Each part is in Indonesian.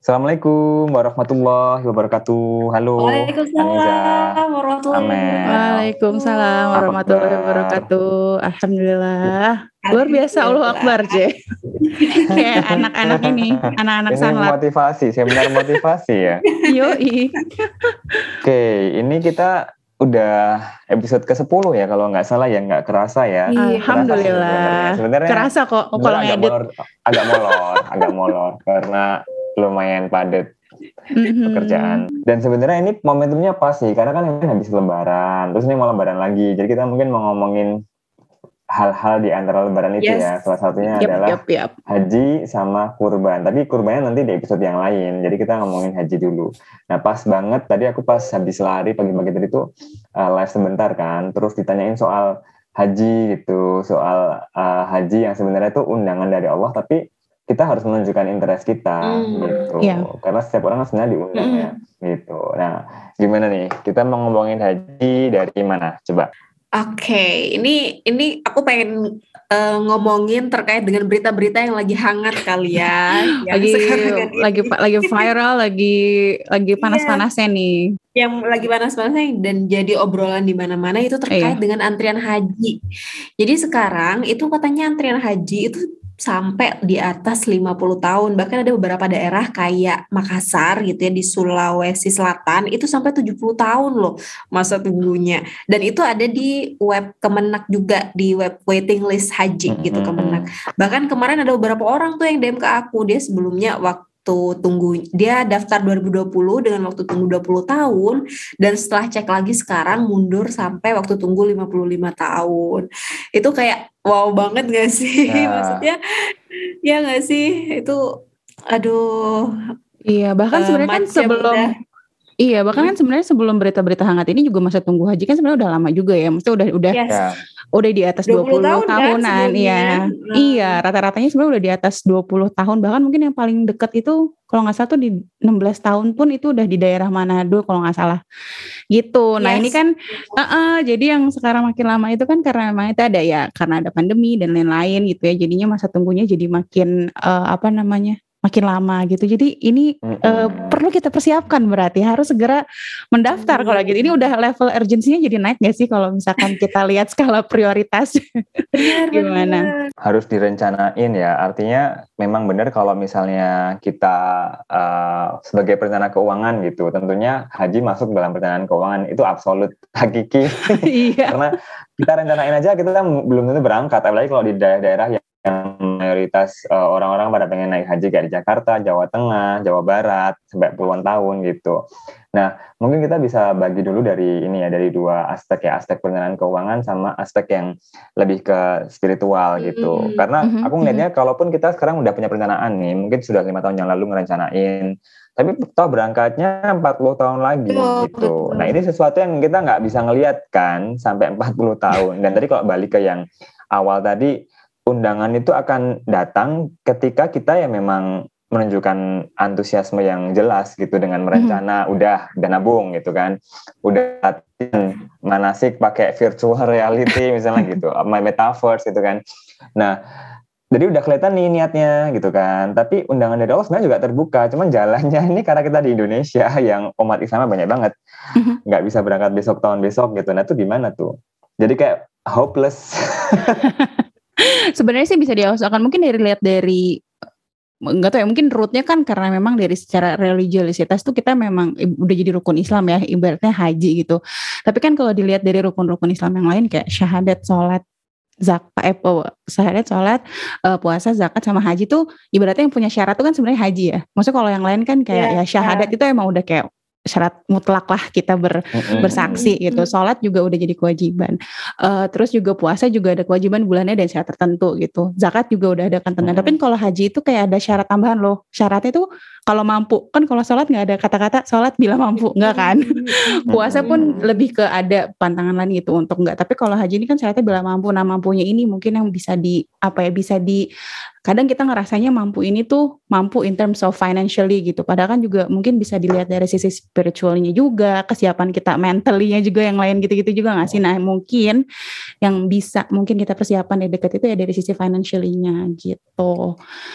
Assalamualaikum warahmatullahi wabarakatuh. Halo, Aniza, Waalaikumsalam warahmatullahi Amel. wabarakatuh. Waalaikumsalam Apa warahmatullahi kabar? wabarakatuh. Alhamdulillah. Luar biasa, Allahu Akbar, Alhamdulillah. C. Kayak anak-anak ini, anak-anak Ini sanlat. motivasi, seminar motivasi ya. Yoi. Oke, ini kita udah episode ke-10 ya kalau nggak salah ya, nggak kerasa ya. Iya. Alhamdulillah. Sebenarnya Kerasa kok kalau ngedit. agak molor karena lumayan padat pekerjaan. Dan sebenarnya ini momentumnya pas nih, karena kan ini habis lebaran, terus ini mau lebaran lagi. Jadi kita mungkin mau ngomongin hal-hal di antara lebaran itu ya. Salah satunya adalah haji sama kurban. Tapi kurbannya nanti di episode yang lain. Jadi kita ngomongin haji dulu. Nah pas banget, tadi aku pas habis lari pagi-pagi tadi tuh live sebentar kan. Terus ditanyain soal haji gitu. Soal haji yang sebenarnya itu undangan dari Allah, tapi kita harus menunjukkan interest kita gitu. Karena setiap orang kan sebenarnya diundang ya gitu. Nah gimana nih, kita mau ngomongin haji dari mana? Coba. Oke, ini aku pengen ngomongin terkait dengan berita-berita yang lagi hangat kali ya. lagi viral, lagi panas-panasnya nih. Yang lagi panas-panasnya dan jadi obrolan di mana-mana itu terkait dengan antrian haji. Jadi sekarang itu katanya antrian haji itu sampai di atas 50 tahun. Bahkan ada beberapa daerah kayak Makassar gitu ya, di Sulawesi Selatan itu sampai 70 tahun loh masa tunggunya. Dan itu ada di web Kemenak juga, di web waiting list haji gitu Kemenak. Bahkan kemarin ada beberapa orang tuh yang DM ke aku, dia sebelumnya dia daftar 2020 dengan waktu tunggu 20 tahun, dan setelah cek lagi sekarang mundur sampai waktu tunggu 55 tahun. Itu kayak wow banget gak sih? Maksudnya ya gak sih? Itu aduh. Iya, bahkan sebenarnya kan sebenarnya sebelum berita-berita hangat ini juga masa tunggu haji kan sebenarnya udah lama juga ya. Maksudnya udah di atas 20 tahunan kan, Iya, rata-ratanya sebenarnya udah di atas 20 tahun. Bahkan mungkin yang paling dekat itu kalau nggak salah tuh di 16 tahun pun itu udah di daerah Manado kalau nggak salah. Gitu. Nah, ini kan jadi yang sekarang makin lama itu kan karena memang itu ada ya, karena ada pandemi dan lain-lain gitu ya. Jadinya masa tunggunya jadi makin makin lama gitu. Jadi ini perlu kita persiapkan, berarti harus segera mendaftar kalau gitu. Ini udah level urgensinya jadi naik gak sih kalau misalkan kita lihat skala prioritas? Gimana? Harus direncanain ya. Artinya memang benar kalau misalnya kita sebagai perencana keuangan gitu, tentunya haji masuk dalam perencanaan keuangan itu absolut hakiki. Karena kita rencanain aja kita belum tentu berangkat, apalagi kalau di daerah-daerah yang mayoritas orang-orang pada pengen naik haji kayak di Jakarta, Jawa Tengah, Jawa Barat sampai puluhan tahun gitu. Nah, mungkin kita bisa bagi dulu dari dua aspek ya, aspek perencanaan keuangan sama aspek yang lebih ke spiritual gitu. Karena aku ngeliatnya kalaupun kita sekarang udah punya perencanaan nih, mungkin sudah 5 tahun yang lalu ngerencanain, tapi toh berangkatnya 40 tahun lagi gitu. Nah, ini sesuatu yang kita nggak bisa ngeliat kan sampai 40 tahun. Dan tadi kalau balik ke yang awal tadi, undangan itu akan datang ketika kita ya memang menunjukkan antusiasme yang jelas gitu dengan merencana, udah nabung gitu kan, udah latihan manasik pakai virtual reality misalnya gitu, metaverse gitu kan. Nah, jadi udah kelihatan nih niatnya gitu kan. Tapi undangan dari Allah sebenarnya juga terbuka, cuman jalannya ini karena kita di Indonesia yang umat Islamnya banyak banget, nggak bisa berangkat besok tahun besok gitu. Nah itu gimana tuh? Jadi kayak hopeless. Sebenarnya sih bisa diusahakan, mungkin lihat dari nggak tahu ya, mungkin rootnya kan karena memang dari secara religiositas tuh kita memang udah jadi rukun Islam ya, ibaratnya haji gitu. Tapi kan kalau dilihat dari rukun-rukun Islam yang lain kayak syahadat, sholat, puasa, zakat sama haji tuh ibaratnya yang punya syarat tuh kan sebenarnya haji ya. Maksudnya kalau yang lain kan kayak syahadat itu emang udah kayak syarat mutlak lah kita bersaksi gitu. Sholat juga udah jadi kewajiban. Terus juga puasa juga ada kewajiban bulannya dan syarat tertentu gitu. Zakat juga udah ada ketentuan. Tapi kalau haji itu kayak ada syarat tambahan loh. Syaratnya itu kalau mampu. Kan kalau sholat nggak ada kata-kata sholat bila mampu, nggak kan? Puasa pun lebih ke ada pantangan lain gitu untuk nggak. Tapi kalau haji ini kan syaratnya bila mampu. Nah mampunya ini mungkin yang bisa kadang kita ngerasanya mampu ini tuh mampu in terms of financially gitu. Padahal kan juga mungkin bisa dilihat dari sisi spiritualnya juga, kesiapan kita mentally-nya juga yang lain gitu-gitu juga nggak sih? Nah mungkin yang bisa mungkin kita persiapan dari dekat itu ya dari sisi financially-nya gitu.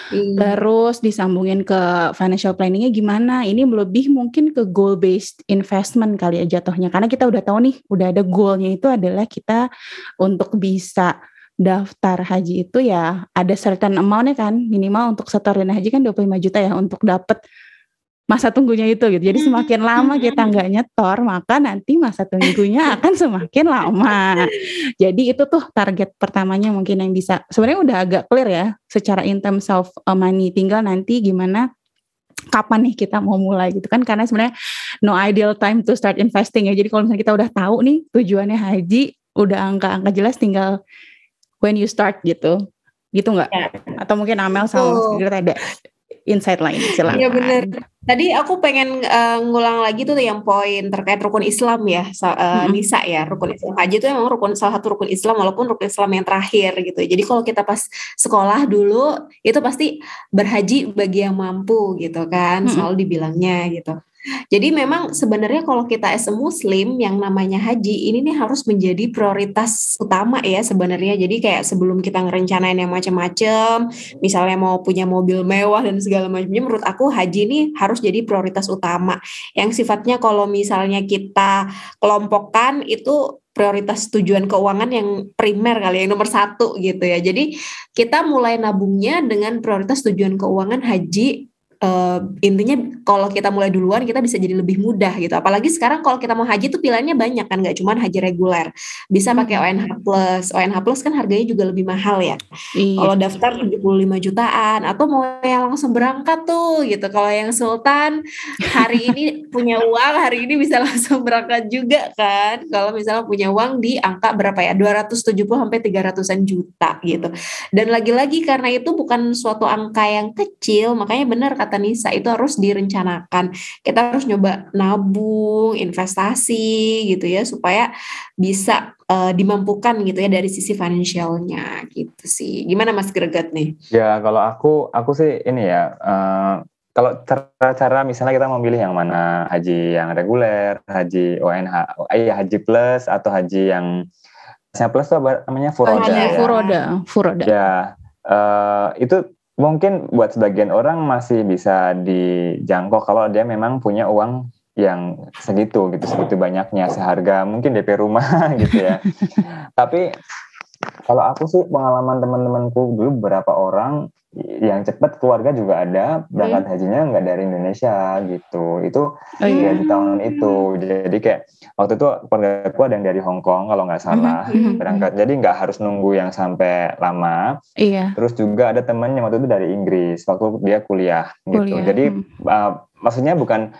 Terus disambungin ke financial planning-nya gimana? Ini lebih mungkin ke goal based investment kali ya jatuhnya. Karena kita udah tahu nih, udah ada goal-nya itu adalah kita untuk bisa daftar haji itu ya ada certain amount-nya kan, minimal untuk setor dana haji kan 25 juta ya untuk dapat masa tunggunya itu gitu. Jadi semakin lama kita nggak nyetor, maka nanti masa tunggunya akan semakin lama. Jadi itu tuh target pertamanya mungkin yang bisa. Sebenarnya udah agak clear ya secara in terms of money. Tinggal nanti gimana kapan nih kita mau mulai gitu kan, karena sebenarnya no ideal time to start investing ya. Jadi kalau misalnya kita udah tahu nih tujuannya haji, udah angka-angka jelas, tinggal when you start gitu nggak? Ya. Atau mungkin Amel sama Mas Gert ada insight lain, silakan. Iya benar. Tadi aku pengen ngulang lagi tuh yang poin terkait rukun Islam ya, Nisa ya, rukun Islam haji itu memang salah satu rukun Islam walaupun rukun Islam yang terakhir gitu. Jadi kalau kita pas sekolah dulu itu pasti berhaji bagi yang mampu gitu kan, selalu dibilangnya gitu. Jadi memang sebenarnya kalau kita as a Muslim yang namanya haji ini nih harus menjadi prioritas utama ya sebenarnya. Jadi kayak sebelum kita ngerencanain yang macam-macam, misalnya mau punya mobil mewah dan segala macamnya, menurut aku haji ini harus jadi prioritas utama. Yang sifatnya kalau misalnya kita kelompokkan itu prioritas tujuan keuangan yang primer kali, yang nomor 1 gitu ya. Jadi kita mulai nabungnya dengan prioritas tujuan keuangan haji. Intinya kalau kita mulai duluan kita bisa jadi lebih mudah gitu. Apalagi sekarang kalau kita mau haji tuh pilihannya banyak kan, nggak cuma haji reguler. Bisa pakai ONH Plus. ONH Plus kan harganya juga lebih mahal ya. Kalau daftar 75 jutaan atau mau yang langsung berangkat tuh gitu. Kalau yang Sultan hari ini punya uang, hari ini bisa langsung berangkat juga kan. Kalau misalnya punya uang di angka berapa ya? 270 sampai 300-an juta gitu. Dan lagi-lagi karena itu bukan suatu angka yang kecil, makanya benar kata Nisa itu harus direncanakan. Kita harus nyoba nabung, investasi gitu ya supaya bisa dimampukan gitu ya dari sisi finansialnya gitu sih. Gimana Mas Greget nih? Ya kalau aku sih ini ya, kalau cara misalnya kita memilih yang mana, haji yang reguler, haji ONH, haji plus atau haji yang plus itu apa namanya, furoda. Ya, itu mungkin buat sebagian orang masih bisa dijangkau kalau dia memang punya uang yang segitu banyaknya, seharga mungkin DP rumah gitu ya. Tapi kalau aku sih pengalaman teman-temanku dulu beberapa orang yang cepat keluarga juga ada berangkat hajinya nggak dari Indonesia gitu. Itu ya di tahun itu. Jadi kayak waktu itu keluarga aku ada yang dari Hong Kong kalau nggak salah berangkat. Jadi nggak harus nunggu yang sampai lama. Terus juga ada teman yang waktu itu dari Inggris waktu dia kuliah gitu. Jadi maksudnya bukan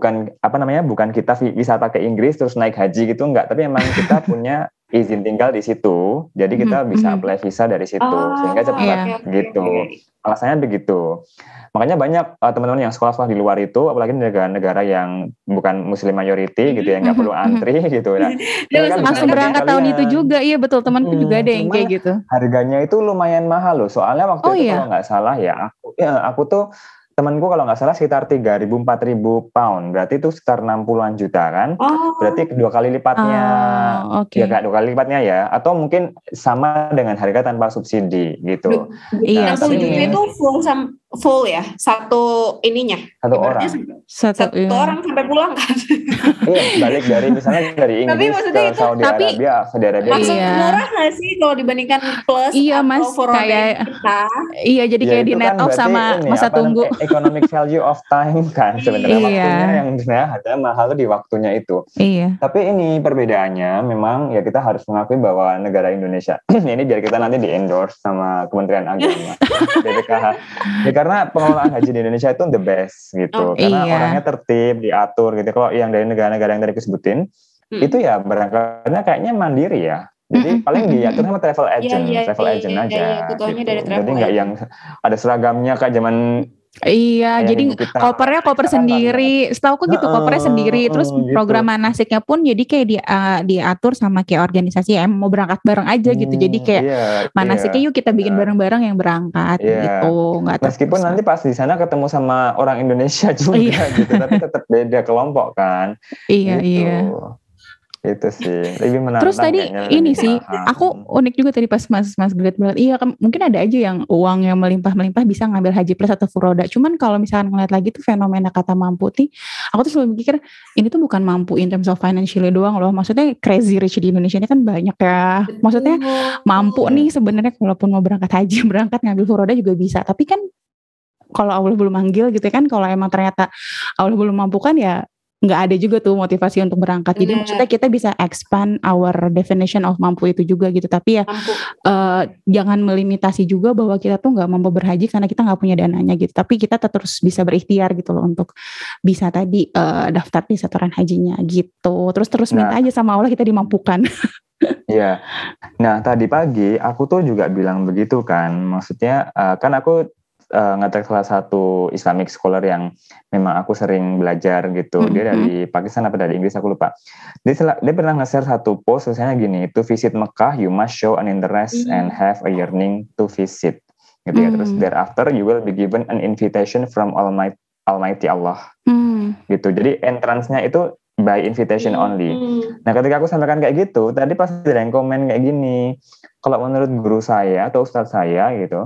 kita wisata ke Inggris terus naik haji gitu, enggak, tapi emang kita punya izin tinggal di situ, jadi kita bisa apply visa dari situ sehingga cepat gitu. Alasannya begitu. Makanya banyak teman-teman yang sekolah di luar itu, apalagi negara-negara yang bukan Muslim majority gitu ya, nggak perlu antri gitu ya. Langsung berangkat tahun itu juga, iya betul, temanku juga ada yang kayak gitu. Harganya itu lumayan mahal loh, soalnya waktu itu kalau nggak salah ya, aku tuh temanku kalau nggak salah sekitar 3.000-4.000 pound, berarti itu sekitar 60-an juta kan, berarti 2 kali lipatnya, ya Kak, 2 kali lipatnya ya, atau mungkin sama dengan harga tanpa subsidi gitu. 60 juta itu full ya, satu ininya. Satu orang. Satu orang sampai pulang kan. Iya, balik dari misalnya dari Inggris ke Saudi Arabia. Masuk murah nggak sih kalau dibandingkan plus atau kayak kita? Iya, jadi kayak di net off sama masa tunggu. Economic value of time kan sebenarnya waktunya yang sebenarnya ada mahal di waktunya itu. Tapi ini perbedaannya memang ya kita harus mengakui bahwa negara Indonesia ini biar kita nanti di endorse sama Kementerian Agama, BPKH. Karena pengelolaan haji di Indonesia itu the best gitu. Karena orangnya tertib, diatur gitu. Kalau yang dari negara-negara yang tadi disebutin itu ya berangkatnya kayaknya mandiri ya. Jadi paling diatur sama travel agent, agent aja. Dari Jadi nggak yang ada seragamnya kayak zaman Iya, jadi kopernya koper sendiri. Setahu aku gitu, kopernya sendiri. Terus gitu. Program manasiknya pun jadi kayak diatur sama kayak organisasi yang mau berangkat bareng aja gitu. Jadi kayak manasiknya yuk kita bikin bareng-bareng yang berangkat gitu. Nggak meskipun nanti pas di sana ketemu sama orang Indonesia juga gitu, tapi tetap beda kelompok kan. Iya, gitu. iya. Itu sih lebih menantang. Terus tadi ini sih aku unik juga tadi pas Mas Gret bilang iya mungkin ada aja yang uang yang melimpah bisa ngambil haji plus atau furoda. Cuman kalau misalkan ngeliat lagi tuh fenomena kata mampu nih, aku tuh selalu mikir ini tuh bukan mampu in terms of financially doang loh. Maksudnya crazy rich di Indonesia ini kan banyak ya. Maksudnya mampu nih sebenarnya kalaupun mau berangkat haji berangkat ngambil furoda juga bisa. Tapi kan kalau Allah belum manggil gitu kan, kalau emang ternyata Allah belum mampukan ya nggak ada juga tuh motivasi untuk berangkat. Jadi maksudnya kita bisa expand our definition of mampu itu juga gitu. Tapi ya jangan melimitasi juga bahwa kita tuh nggak mampu berhaji karena kita nggak punya dananya gitu. Tapi kita terus bisa berikhtiar gitu loh untuk bisa tadi daftar di setoran hajinya gitu. Terus minta aja sama Allah kita dimampukan. Iya. Nah tadi pagi aku tuh juga bilang begitu kan. Maksudnya kan aku ngetek salah satu Islamic scholar yang memang aku sering belajar gitu. Dia dari Pakistan apa dari Inggris aku lupa. Dia pernah nge-share satu post misalnya gini, to visit Mekah you must show an interest and have a yearning to visit. Gitu ya. Terus thereafter you will be given an invitation from Almighty Allah. Gitu. Jadi entrance-nya itu by invitation only. Nah ketika aku sampaikan kayak gitu, tadi pas ada yang komen kayak gini, kalau menurut guru saya atau ustadz saya gitu,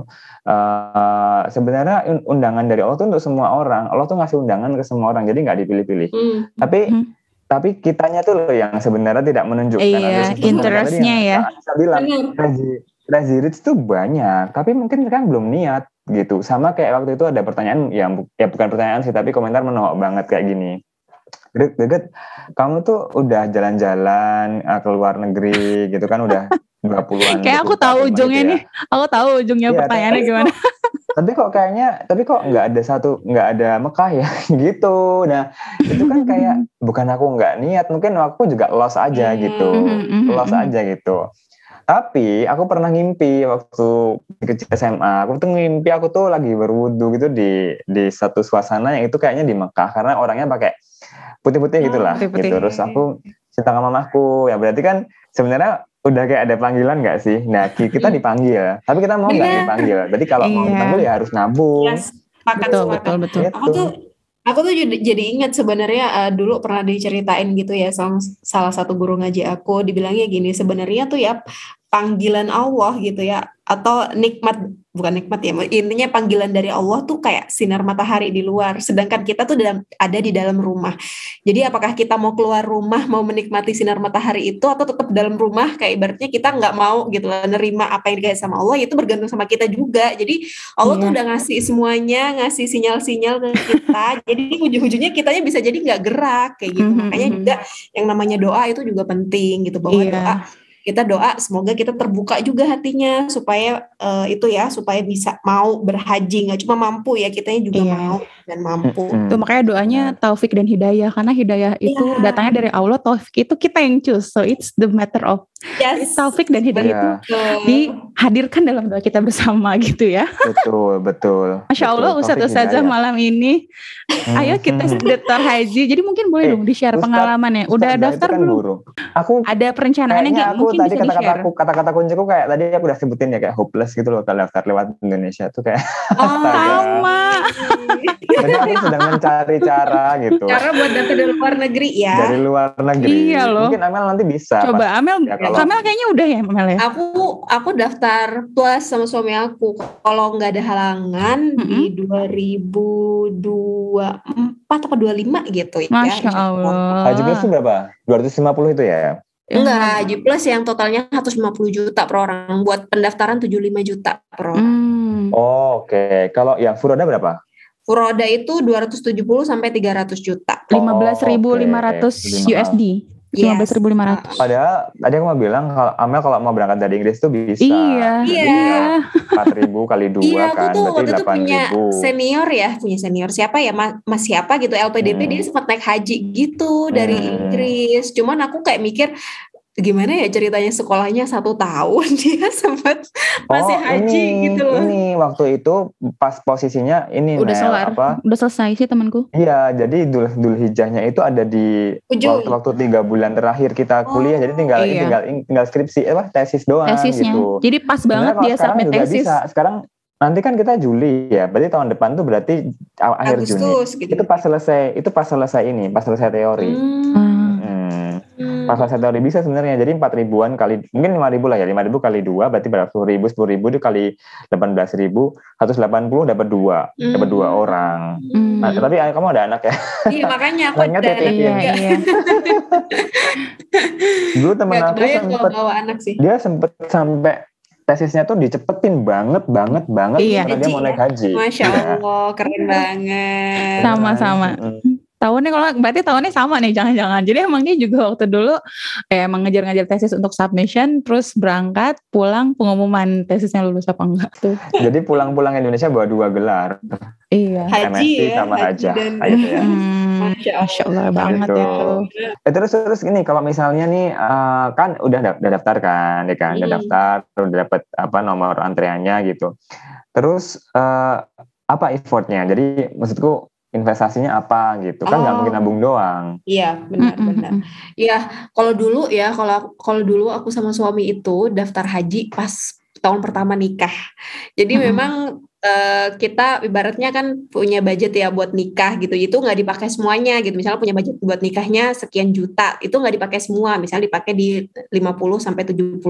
sebenarnya undangan dari Allah itu untuk semua orang. Allah tuh ngasih undangan ke semua orang, jadi nggak dipilih-pilih. Tapi kitanya tuh loh yang sebenarnya tidak menunjukkan interestnya ya. Saya bilang Crazy Rich tuh banyak, tapi mungkin kan belum niat gitu. Sama kayak waktu itu ada pertanyaan yang ya bukan pertanyaan sih, tapi komentar menohok banget kayak gini. Gret, kamu tuh udah jalan-jalan ke luar negeri gitu kan udah 20-an. Kayak aku tahu ujungnya nih. Aku tahu ujungnya pertanyaannya gimana. Tapi kok nggak ada Mekah ya gitu. Nah itu kan kayak bukan aku nggak niat, mungkin aku juga lost aja gitu. Tapi aku pernah ngimpi waktu kecil SMA. Aku tuh lagi berwudu gitu di satu suasana yang itu kayaknya di Mekah karena orangnya pakai putih-putih gitulah. Gitu. Terus aku cerita sama mamaku. Ya berarti kan sebenarnya udah kayak ada panggilan nggak sih? Nah kita dipanggil, tapi kita mau nggak dipanggil. Jadi kalau mau dipanggil ya harus nabung. Betul. Aku tuh jadi ingat sebenarnya dulu pernah diceritain gitu ya sama salah satu guru ngaji aku, dibilangnya gini, sebenarnya tuh ya panggilan Allah gitu ya, atau bukan nikmat ya, intinya panggilan dari Allah tuh kayak sinar matahari di luar, sedangkan kita tuh ada di dalam rumah. Jadi apakah kita mau keluar rumah mau menikmati sinar matahari itu, atau tetap dalam rumah kayak ibaratnya kita nggak mau gitu nerima apa yang dikasih sama Allah, itu bergantung sama kita juga. Jadi Allah tuh udah ngasih semuanya, ngasih sinyal-sinyal ke kita, jadi ujung-ujungnya kitanya bisa jadi nggak gerak kayak gitu. Makanya juga yang namanya doa itu juga penting gitu, bahwa kita doa semoga kita terbuka juga hatinya supaya supaya bisa mau berhaji, nggak cuma mampu ya, kitanya juga mau dan mampu. Tuh makanya doanya taufik dan hidayah, karena hidayah itu datangnya dari Allah, taufik itu kita yang choose, so it's the matter of taufik dan hidayah itu dihadirkan dalam doa kita bersama gitu ya. Betul. Masya Allah Ustazah malam ini ayo kita daftar haji, jadi mungkin boleh dong di-share pengalamannya. Udah daftar kan belum? Aku ada perencanaannya nggak? Mungkin tadi kata-kata kunciku kayak tadi aku udah sebutin ya, kayak hopeless gitu loh kalau daftar lewat Indonesia tuh kayak sama. Jadi aku sedang mencari cara gitu. Cara buat daftar dari luar negeri ya. Dari luar negeri. Iya loh. Mungkin Amel nanti bisa. Coba Amel kayaknya udah ya Amel ya. Aku daftar plus sama suami aku. Kalau nggak ada halangan di 2024 atau 25 gitu ya. Masya Allah. Haji plus itu berapa? 250 itu ya? Enggak, Haji plus yang totalnya 150 juta per orang. Buat pendaftaran 75 juta per orang. Oke. Kalau yang furoda berapa? Furoda itu 270 sampai 300 juta. 15.500 USD. 15.500. Padahal tadi aku mau bilang kalau Amel kalau mau berangkat dari Inggris tuh bisa. Iya. 4.000 kali 2 kan. Aku tuh waktu itu punya 8.000. punya senior siapa ya, Mas siapa gitu, LPDP dia sempat naik haji gitu dari Inggris. Cuman aku kayak mikir gimana ya ceritanya, sekolahnya 1 tahun dia sempat masih haji gitu loh. Ini waktu itu pas posisinya ini udah selesai sih temanku. Iya, jadi Dzul Hijjahnya itu ada di waktu 3 bulan terakhir kita kuliah, jadi tinggal skripsi tesis doang gitu. Jadi pas banget dia submit tesis. Bisa. Sekarang nanti kan kita Juli ya, berarti tahun depan tuh berarti akhir Juni. Gitu. Itu pas selesai teori. Pas selesai teori bisa sebenarnya, jadi 4.000-an kali, mungkin 5.000 lah ya, 5.000 kali 2 berarti berapa, 10.000 itu kali 18.000, 180 dapat 2 orang. Nah, tapi kamu ada anak ya? Iya, makanya aku ada anak juga. Dulu temen aku dia sempet sampai tesisnya tuh dicepetin banget karena dia mau naik haji. Masya Allah, keren banget. Sama-sama. Berarti tahunnya sama nih, jangan-jangan. Jadi emang dia juga waktu dulu emang ngejar-ngejar tesis untuk submission, terus berangkat, pulang, pengumuman tesisnya lulus apa enggak tuh. Jadi pulang-pulang Indonesia bawa 2 gelar. Iya. Haji MSc sama hajah. Masya Allah banget ya. Terus gini, kalau misalnya nih kan udah daftar kan, ya kan, udah daftar, udah dapet nomor antreannya gitu. Terus apa effortnya? Jadi maksudku investasinya apa gitu kan, nggak mungkin nabung doang. Iya, benar. Ya kalau dulu aku sama suami itu daftar haji pas tahun pertama nikah. Jadi memang kita ibaratnya kan punya budget ya buat nikah gitu, itu nggak dipakai semuanya gitu. Misalnya punya budget buat nikahnya sekian juta, itu nggak dipakai semua, misalnya dipakai di 50-70%,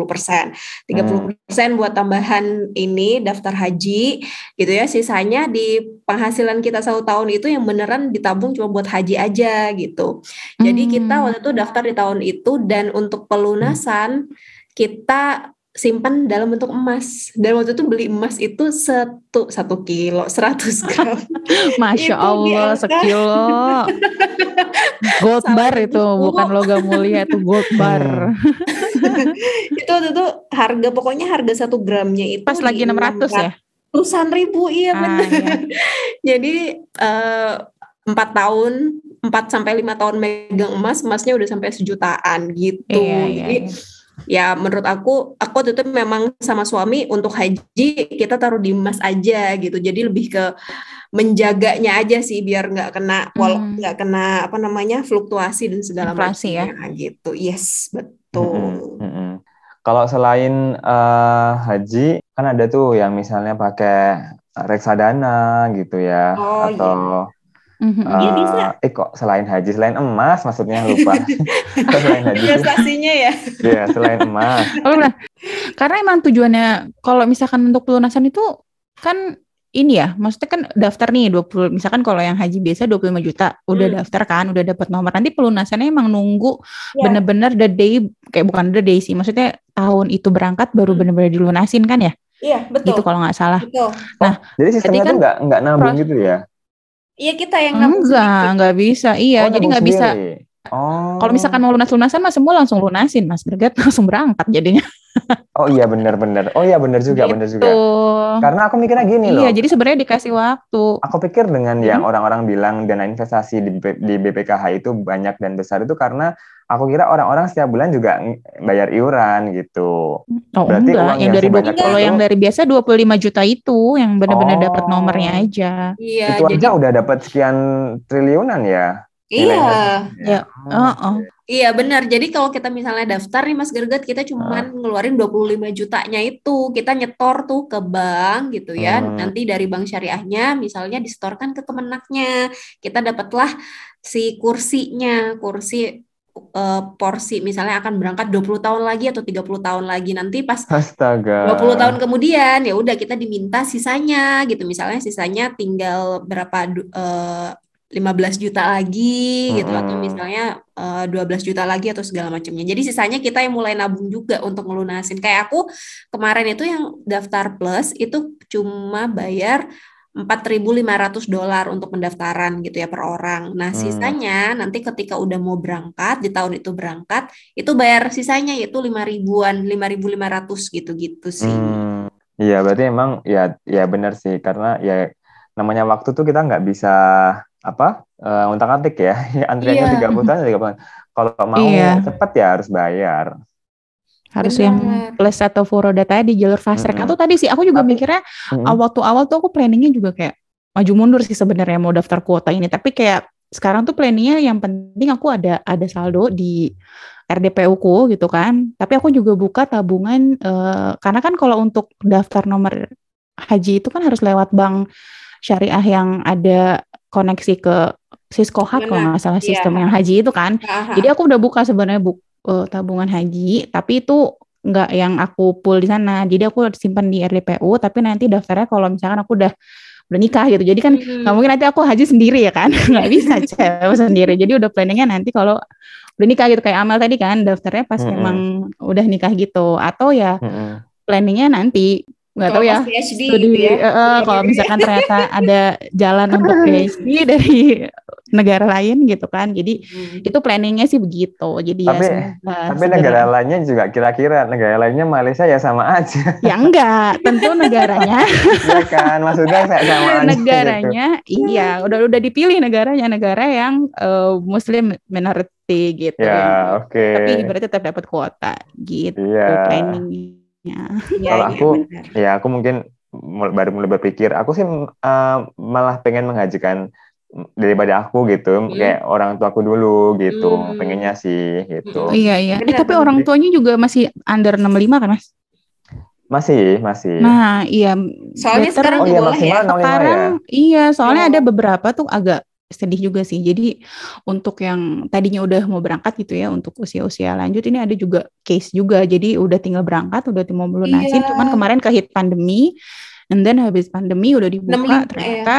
30% buat tambahan ini daftar haji gitu ya, sisanya di penghasilan kita 1 tahun itu yang beneran ditabung cuma buat haji aja gitu. Jadi kita waktu itu daftar di tahun itu, dan untuk pelunasan kita simpan dalam bentuk emas. Dan waktu itu beli emas itu 1 kilo 100 gram. Masya Allah, sekilo. Gold bar itu, bukan logam mulia, itu gold bar. Itu waktu itu harga 1 gramnya itu pas lagi 600 ya? Ratusan ribu, iya benar. Iya. Jadi 4 sampai 5 tahun megang emasnya udah sampai 1 jutaan gitu. Jadi ya menurut aku waktu itu memang sama suami untuk haji kita taruh di emas aja gitu. Jadi lebih ke menjaganya aja sih, biar nggak kena fluktuasi dan segala macamnya gitu. Yes, betul. Kalau selain haji kan ada tuh yang misalnya pakai reksadana gitu ya, atau bisa. Kok selain haji, selain emas maksudnya, lupa. Selain haji investasinya ya. Iya, selain emas. Karena emang tujuannya kalau misalkan untuk pelunasan itu kan ini ya, maksudnya kan daftar nih 20, misalkan kalau yang haji biasa 25 juta, udah daftar kan, udah dapat nomor, nanti pelunasannya emang nunggu bener-bener the day, kayak bukan the day sih, maksudnya tahun itu berangkat baru bener-bener dilunasin kan ya? Iya, betul. Gitu kalau nggak salah. Betul. Nah, jadi sistemnya tuh nggak nabung gitu ya? Iya, kita yang nabung nggak bisa. Iya, jadi nggak bisa. Kalau misalkan mau lunasan mas, semua langsung lunasin, Mas Greget langsung berangkat jadinya. Oh iya benar. Oh iya benar juga. Karena aku mikirnya gini loh. Iya, jadi sebenarnya dikasih waktu. Aku pikir dengan yang orang-orang bilang dana investasi di BPKH itu banyak dan besar itu karena aku kira orang-orang setiap bulan juga bayar iuran gitu. Berarti enggak, yang dari kalau yang dari biasa 25 juta itu yang benar-benar dapat nomornya aja. Iya, itu aja udah dapat sekian triliunan ya. Iya. Iya benar. Jadi kalau kita misalnya daftar nih Mas Greget, kita cuman ngeluarin 25 jutanya itu. Kita nyetor tuh ke bank gitu ya. Nanti dari bank syariahnya misalnya disetorkan ke Kemenaknya. Kita dapatlah si kursi porsi misalnya akan berangkat 20 tahun lagi atau 30 tahun lagi. Nanti pas 20 tahun kemudian ya udah kita diminta sisanya gitu. Misalnya sisanya tinggal berapa 15 juta lagi gitu, atau misalnya 12 juta lagi atau segala macamnya. Jadi sisanya kita yang mulai nabung juga untuk ngelunasin. Kayak aku kemarin itu yang daftar plus itu cuma bayar $4.500 untuk pendaftaran gitu ya per orang. Nah sisanya nanti ketika udah mau berangkat, di tahun itu berangkat, itu bayar sisanya yaitu 5.000-an, 5.500 gitu-gitu sih. Iya berarti emang ya benar sih, karena ya namanya waktu tuh kita nggak bisa untak-atik ya. Antriannya 30 tahun. Kalau mau cepat ya harus bayar. Harus yang plus atau furoda tadi, jalur fast track. Atau tadi sih aku juga mikirnya waktu awal tuh aku planningnya juga kayak maju mundur sih sebenarnya mau daftar kuota ini. Tapi kayak sekarang tuh planningnya yang penting aku ada saldo di RDPU-ku gitu kan. Tapi aku juga buka tabungan karena kan kalau untuk daftar nomor haji itu kan harus lewat bank syariah yang ada koneksi ke Siskohat kalau nggak salah sistem yang haji itu kan. Jadi aku udah buka sebenarnya tabungan haji, tapi itu nggak yang aku pool di sana. Jadi aku simpan di RDPU, tapi nanti daftarnya kalau misalkan aku udah nikah gitu. Jadi kan nggak mungkin nanti aku haji sendiri ya kan, nggak bisa cewek sendiri. Jadi udah planningnya nanti kalau udah nikah gitu kayak Amal tadi kan, daftarnya pas memang udah nikah gitu. Atau ya planningnya nanti nggak tahu ya studi gitu ya. Kalau misalkan ternyata ada jalan untuk PhD dari negara lain gitu kan, jadi itu planningnya sih begitu. Jadi tapi negara lainnya juga kira-kira negara lainnya Malaysia ya sama aja. Ya enggak, tentu negaranya. Ya kan, maksudnya sama aja. Negaranya, gitu. Iya, udah dipilih negara yang Muslim minority gitu. Ya, oke. Tapi berarti tetap dapat kuota gitu planningnya. Kalau aku, aku mungkin baru mulai berpikir, aku sih malah pengen menghajikan daripada aku gitu, kayak orang tuaku dulu gitu, pengennya sih gitu. Iya. Tapi orang tuanya juga masih under 65 kan Mas? Masih. Nah, iya. Soalnya sekarang maksimal 65 sekarang, ya? Iya, soalnya ada beberapa tuh agak sedih juga sih. Jadi untuk yang tadinya udah mau berangkat gitu ya, untuk usia-usia lanjut ini ada juga case juga. Jadi udah tinggal berangkat, udah mau lunasin, cuman kemarin kehit pandemi, and then habis pandemi udah dibuka 65, ternyata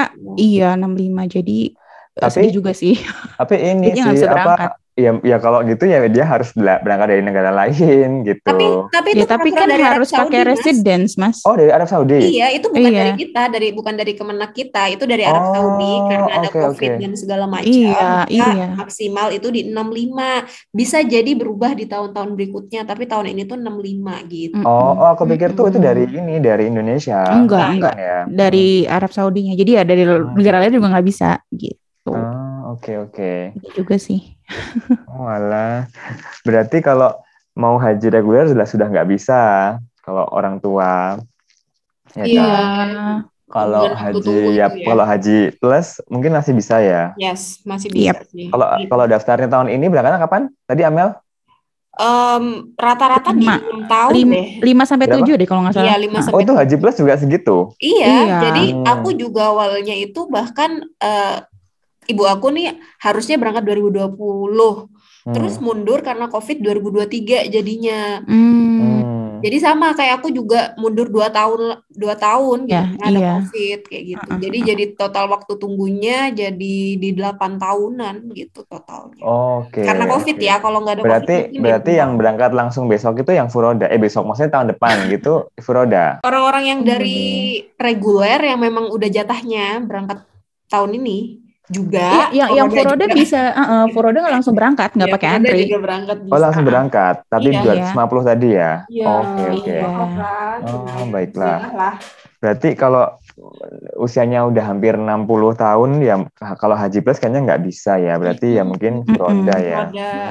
65. Jadi sedih juga sih. Tapi ini sih apa? Ya kalau gitu ya dia harus berangkat dari negara lain gitu. Tapi itu tapi kan harus pakai residence, Mas. Oh, dari Arab Saudi. Iya, itu bukan dari kita, bukan dari Kemenak kita, itu dari Arab Saudi karena ada COVID dan segala macam. Iya. Maksimal itu di 65. Bisa jadi berubah di tahun-tahun berikutnya, tapi tahun ini tuh 65 gitu. Oh, aku pikir tuh itu dari Indonesia. Enggak. Ya. Dari Arab Saudinya. Jadi ya dari negara lain juga nggak bisa gitu. Oke. Itu juga sih. Walah. Berarti kalau mau haji reguler sudah nggak bisa kalau orang tua. Ya kan? Kalau haji kalau haji plus mungkin masih bisa ya. Yes, masih bisa sih. Kalau daftarnya tahun ini berangkatnya kapan? Tadi Amel? Rata-rata di 6 tahun deh. 5-7 deh kalau nggak salah. Iya, 5-7. Oh, itu haji plus juga segitu? Iya. Jadi aku juga awalnya itu bahkan ibu aku nih harusnya berangkat 2020. Terus mundur karena COVID 2023 jadinya. Jadi sama kayak aku juga mundur 2 tahun gitu, ada COVID kayak gitu. Jadi total waktu tunggunya jadi di 8 tahunan gitu totalnya. Oke. Karena COVID ya, kalau nggak ada COVID. Berarti yang berangkat langsung besok itu yang furoda. Besok maksudnya tahun depan gitu furoda. Orang-orang yang dari reguler yang memang udah jatahnya berangkat tahun ini juga. Yang furoda juga bisa, furoda langsung berangkat, nggak pakai antri. Oh, langsung berangkat, tapi 250 tadi ya? Oke. Oh, baiklah. Berarti kalau usianya udah hampir 60 tahun, ya kalau haji plus kayaknya nggak bisa ya, berarti ya mungkin furoda ya.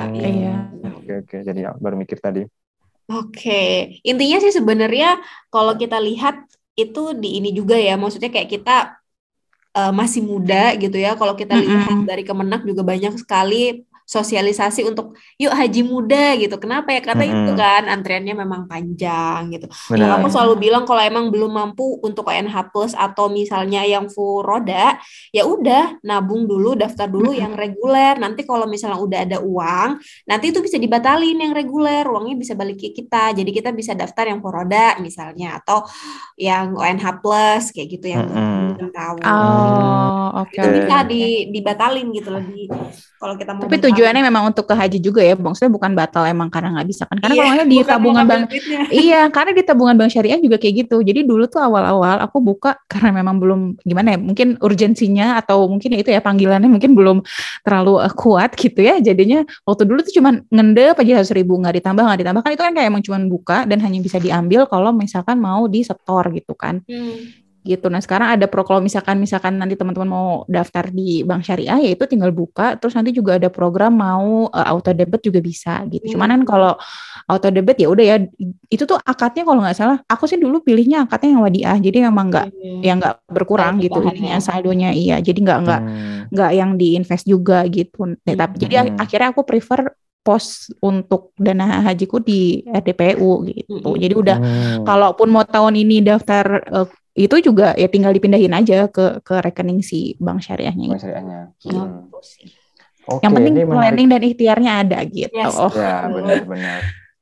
Oke, jadi baru mikir tadi. Oke, intinya sih sebenarnya kalau kita lihat itu di ini juga ya, maksudnya kayak kita masih muda gitu ya. Kalau kita lihat dari Kemenak juga banyak sekali sosialisasi untuk yuk haji muda gitu. Kenapa ya? Karena itu kan antriannya memang panjang gitu. Yang aku selalu bilang kalau emang belum mampu untuk ONH plus atau misalnya yang full roda, ya udah nabung dulu, daftar dulu yang reguler. Nanti kalau misalnya udah ada uang, nanti itu bisa dibatalin yang reguler, uangnya bisa balik ke kita. Jadi kita bisa daftar yang full roda misalnya atau yang ONH plus kayak gitu yang belum tahu. Itu bisa dibatalin gitu loh kalau kita mau. Tapi tujuannya memang untuk ke haji juga ya, maksudnya bukan batal emang karena nggak bisa kan? Karena kalau nggak di tabungan bank, karena di tabungan bank syariah juga kayak gitu. Jadi dulu tuh awal-awal aku buka karena memang belum gimana ya, mungkin urgensinya atau mungkin itu ya panggilannya mungkin belum terlalu kuat gitu ya. Jadinya waktu dulu tuh cuma ngendep aja 100.000 nggak ditambah kan itu kan kayak emang cuma buka dan hanya bisa diambil kalau misalkan mau di setor gitu kan. gitu. Nah sekarang ada kalau misalkan nanti teman-teman mau daftar di bank syariah, ya itu tinggal buka. Terus nanti juga ada program mau auto debit juga bisa gitu. Cuman kan kalau auto debit ya udah ya, itu tuh akadnya kalau nggak salah, aku sih dulu pilihnya akadnya yang wadiah. Jadi memang nggak berkurang gitu ininya saldonya, iya. Jadi nggak yang diinvest juga gitu. Tapi jadi akhirnya aku prefer pos untuk dana hajiku di RDPU gitu. Jadi udah kalaupun mau tahun ini daftar itu juga ya tinggal dipindahin aja ke rekening si bank syariahnya. Bank syariahnya. Gitu sih. Yang penting planning dan ikhtiarnya ada gitu. Yes. Ya benar-benar.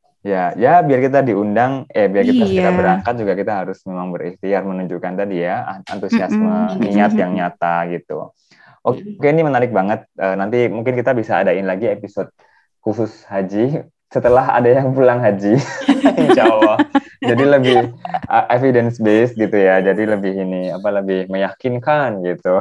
Ya biar kita diundang, biar kita segera berangkat juga kita harus memang berikhtiar menunjukkan tadi ya antusiasme niat yang nyata gitu. Oke, ini menarik banget. Nanti mungkin kita bisa adain lagi episode khusus haji setelah ada yang pulang haji, insya Allah. Jadi lebih evidence based gitu ya. Jadi lebih lebih meyakinkan gitu.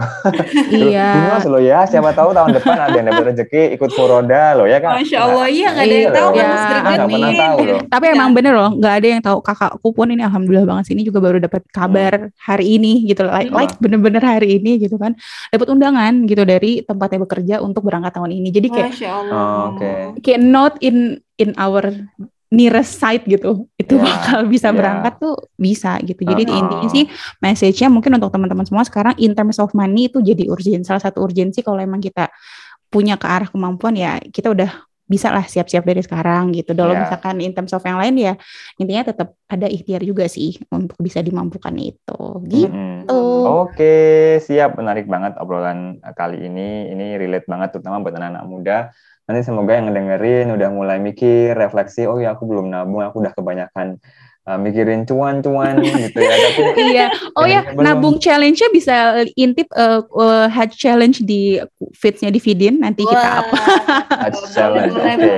Iya. Loh ya, siapa tahu tahun depan ada yang dapat rezeki ikut furoda loh ya kan. Masya Allah, iya nggak ada yang tahu kan Mas Greget nggak pernah tahu loh. Tapi emang bener loh, nggak ada yang tahu. Kakakku pun ini alhamdulillah banget sini juga baru dapat kabar hari ini gitu, like bener-bener hari ini gitu kan, dapat undangan gitu dari tempatnya bekerja untuk berangkat tahun ini. Jadi kayak, Masya Allah. Kayak not in our nearest site gitu, itu bakal bisa berangkat tuh bisa gitu. Jadi intinya sih message-nya mungkin untuk teman-teman semua sekarang in terms of money itu jadi salah satu urgensi. Kalau emang kita punya ke arah kemampuan ya kita udah bisa lah siap-siap dari sekarang gitu. Kalau misalkan in terms of yang lain ya intinya tetap ada ikhtiar juga sih untuk bisa dimampukan itu gitu. Oke, siap, menarik banget obrolan kali ini relate banget terutama buat anak-anak muda. Nanti semoga yang ngedengerin udah mulai mikir, refleksi, oh ya aku belum nabung, aku udah kebanyakan mikirin cuan-cuan gitu ya. Tapi iya, nabung challenge-nya bisa intip Hajj challenge di feeds-nya di Vidin, nanti kita apa? Hajj challenge,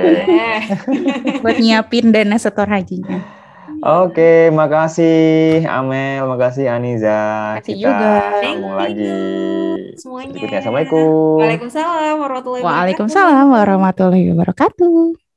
buat nyiapin dana setor hajinya. Oke, makasih Amel, makasih Aniza. Makasih juga. Sambung lagi. Semuanya. Berikutnya, Assalamualaikum. Waalaikumsalam warahmatullahi wabarakatuh. Waalaikumsalam warahmatullahi wabarakatuh.